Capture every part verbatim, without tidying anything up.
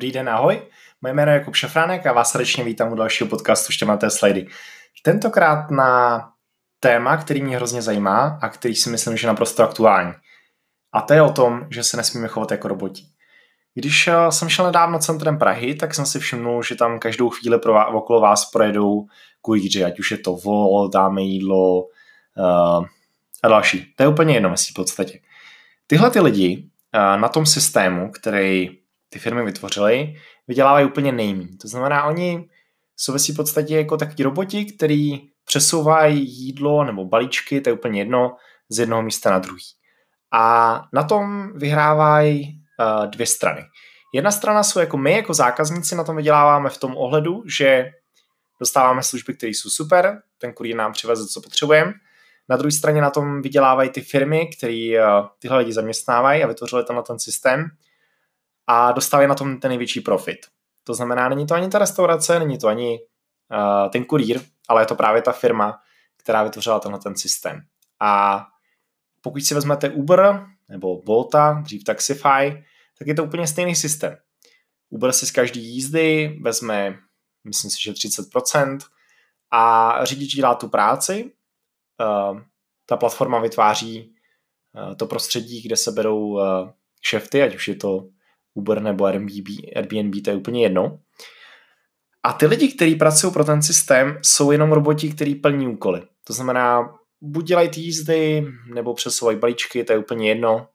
Dobrý den, ahoj. Moje jméno je Jakub Šafránek a vás srdečně vítám u dalšího podcastu Štěmaté slajdy. Tentokrát na téma, který mě hrozně zajímá a který si myslím, že je naprosto aktuální. A to je o tom, že se nesmíme chovat jako roboti. Když jsem šel nedávno centrem Prahy, tak jsem si všimnul, že tam každou chvíli pro vás, okolo vás projedou kurýři, ať už je to Volt, dáme jídlo uh, a další. To je úplně jedno, v podstatě. Tyhle ty lidi uh, na tom systému, který ty firmy vytvořily, vydělávají úplně nejméně. To znamená, oni jsou ve v podstatě jako takový roboti, který přesouvají jídlo nebo balíčky, to je úplně jedno, z jednoho místa na druhý. A na tom vyhrávají uh, dvě strany. Jedna strana jsou jako my, jako zákazníci, na tom vyděláváme v tom ohledu, že dostáváme služby, které jsou super, ten kurýr nám přiveze, co potřebujeme. Na druhé straně na tom vydělávají ty firmy, které uh, tyhle lidi zaměstnávají a vytvořili tam na ten systém a dostávají na tom ten největší profit. To znamená, není to ani ta restaurace, není to ani uh, ten kurýr, ale je to právě ta firma, která vytvořila tenhle ten systém. A pokud si vezmete Uber nebo Bolta, dřív Taxify, tak je to úplně stejný systém. Uber si z každé jízdy vezme, myslím si, že třicet procent a řidič dělá tu práci. Uh, ta platforma vytváří uh, to prostředí, kde se berou uh, kšefty, ať už je to Uber nebo Airbnb, Airbnb, to je úplně jedno. A ty lidi, kteří pracují pro ten systém, jsou jenom roboti, kteří plní úkoly. To znamená, buď dělají ty jízdy, nebo přesouvají balíčky, to je úplně jedno.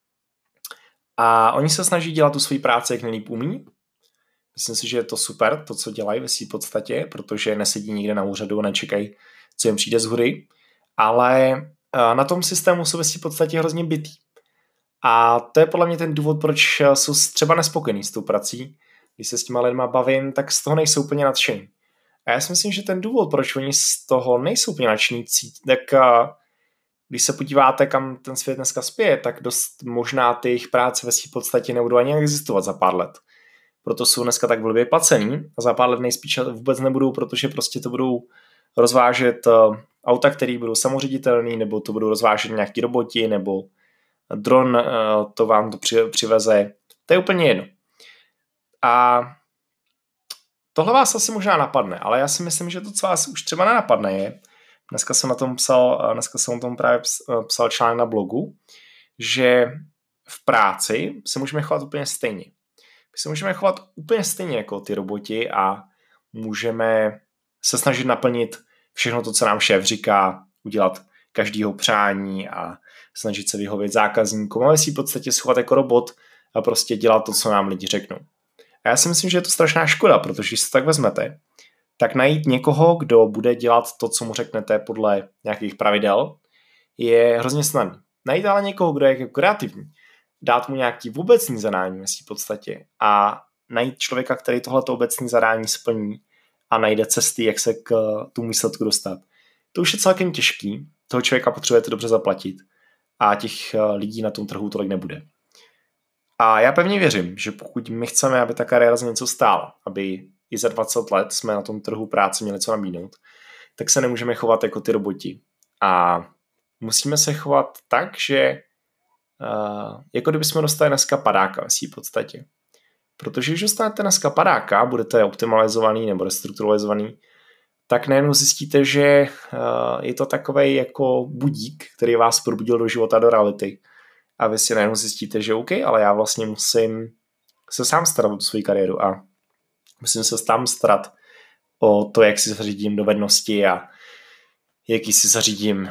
A oni se snaží dělat tu svoji práci, jak nejlíp umí. Myslím si, že je to super, to, co dělají ve své podstatě, protože nesedí nikde na úřadu, nečekají, co jim přijde z hůry. Ale na tom systému jsou ve své podstatě hrozně bitý. A to je podle mě ten důvod, proč jsou třeba nespokojení s tou prací. Když se s těma lidma bavím, tak z toho nejsou úplně nadšení. A já si myslím, že ten důvod, proč oni z toho nejsou úplně nadšení, tak když se podíváte, kam ten svět dneska spěje, tak dost možná ty jejich práce ve své podstatě nebudou ani existovat za pár let. Proto jsou dneska tak blbě placený a za pár let nejspíš vůbec nebudou, protože prostě to budou rozvážet auta, které budou samoředitelný, nebo to budou rozvážet nějaký roboti, nebo dron to vám to přiveze. To je úplně jedno. A tohle vás asi možná napadne, ale já si myslím, že to, co vás už třeba nenapadne, je, dneska jsem na tom psal, dneska jsem o tom právě psal článek na blogu, že v práci se můžeme chovat úplně stejně. My se můžeme chovat úplně stejně jako ty roboti a můžeme se snažit naplnit všechno to, co nám šéf říká, udělat každýho přání a snažit se vyhovět zákazníkům, ale si v podstatě schovat jako robot a prostě dělat to, co nám lidi řeknou. A já si myslím, že je to strašná škoda, protože když se tak vezmete, tak najít někoho, kdo bude dělat to, co mu řeknete podle nějakých pravidel, je hrozně snadné. Najít ale někoho, kdo je jako kreativní, dát mu nějaký obecný zadání v podstatě a najít člověka, který tohleto obecný zadání splní a najde cesty, jak se k tomu výsledku dostat. To už je celkem těžký, toho člověka potřebujete dobře zaplatit a těch lidí na tom trhu tolik nebude. A já pevně věřím, že pokud my chceme, aby ta kariéra z něco stála, aby i za dvacet let jsme na tom trhu práce měli co nabídnout, tak se nemůžeme chovat jako ty roboti. A musíme se chovat tak, že uh, jako kdybychom dostali dneska padáka ve svý podstatě. Protože když dostanete dneska padáka, budete optimalizovaný nebo restrukturalizovaný, tak najednou zjistíte, že uh, je to takovej jako budík, který vás probudil do života, do reality. A vy si najednou zjistíte, že OK, ale já vlastně musím se sám starat o svou kariéru a musím se sám starat o to, jak si zařídím dovednosti a jak si zařídím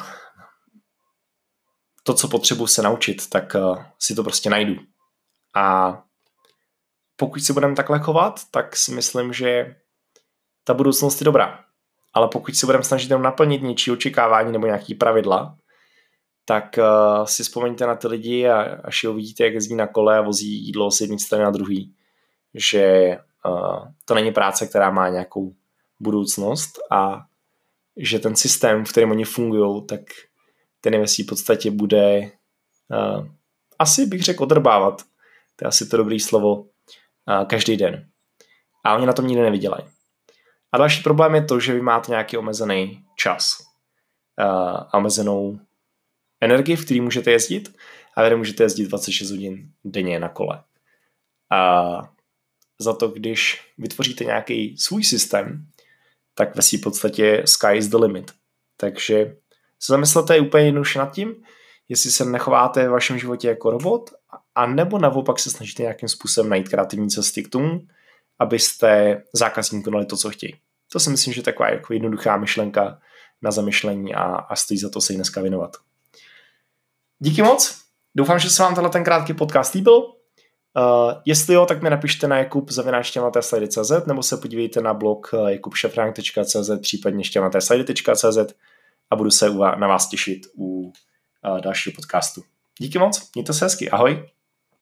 to, co potřebuji se naučit, tak uh, si to prostě najdu. A pokud si budeme takhle chovat, tak si myslím, že ta budoucnost je dobrá. Ale pokud si budeme snažit jenom naplnit něčí očekávání nebo nějaký pravidla, tak uh, si vzpomeňte na ty lidi a až je uvidíte, jak jezdí na kole a vozí jídlo z jedné strany na druhý, že uh, to není práce, která má nějakou budoucnost a že ten systém, v kterém oni fungují, tak ten je ve svý podstatě bude uh, asi bych řekl odrbávat. To je asi to dobré slovo uh, každý den. A oni na tom nikdy nevydělají. A další problém je to, že vy máte nějaký omezený čas uh, a omezenou energii, v který můžete jezdit a vy můžete jezdit dvacet šest hodin denně na kole. A za to, když vytvoříte nějaký svůj systém, tak ve svým podstatě sky is the limit. Takže se zamyslete úplně jednoduše nad tím, jestli se nechováte v vašem životě jako robot, a nebo naopak se snažíte nějakým způsobem najít kreativní cesty k tomu, abyste zákazníkům dali to, co chtějí. To si myslím, že je taková jako jednoduchá myšlenka na zamyšlení a, a stojí za to se jí dneska věnovat. Díky moc. Doufám, že se vám tenhle ten krátký podcast líbil. Uh, jestli jo, tak mi napište na jakub zavináč štěavnaté slidy tečka cé zet nebo se podívejte na blog jakub šafránek tečka cé zet případně štěavnaté slidy tečka cé zet a budu se na vás těšit u uh, dalšího podcastu. Díky moc, mějte se hezky, ahoj.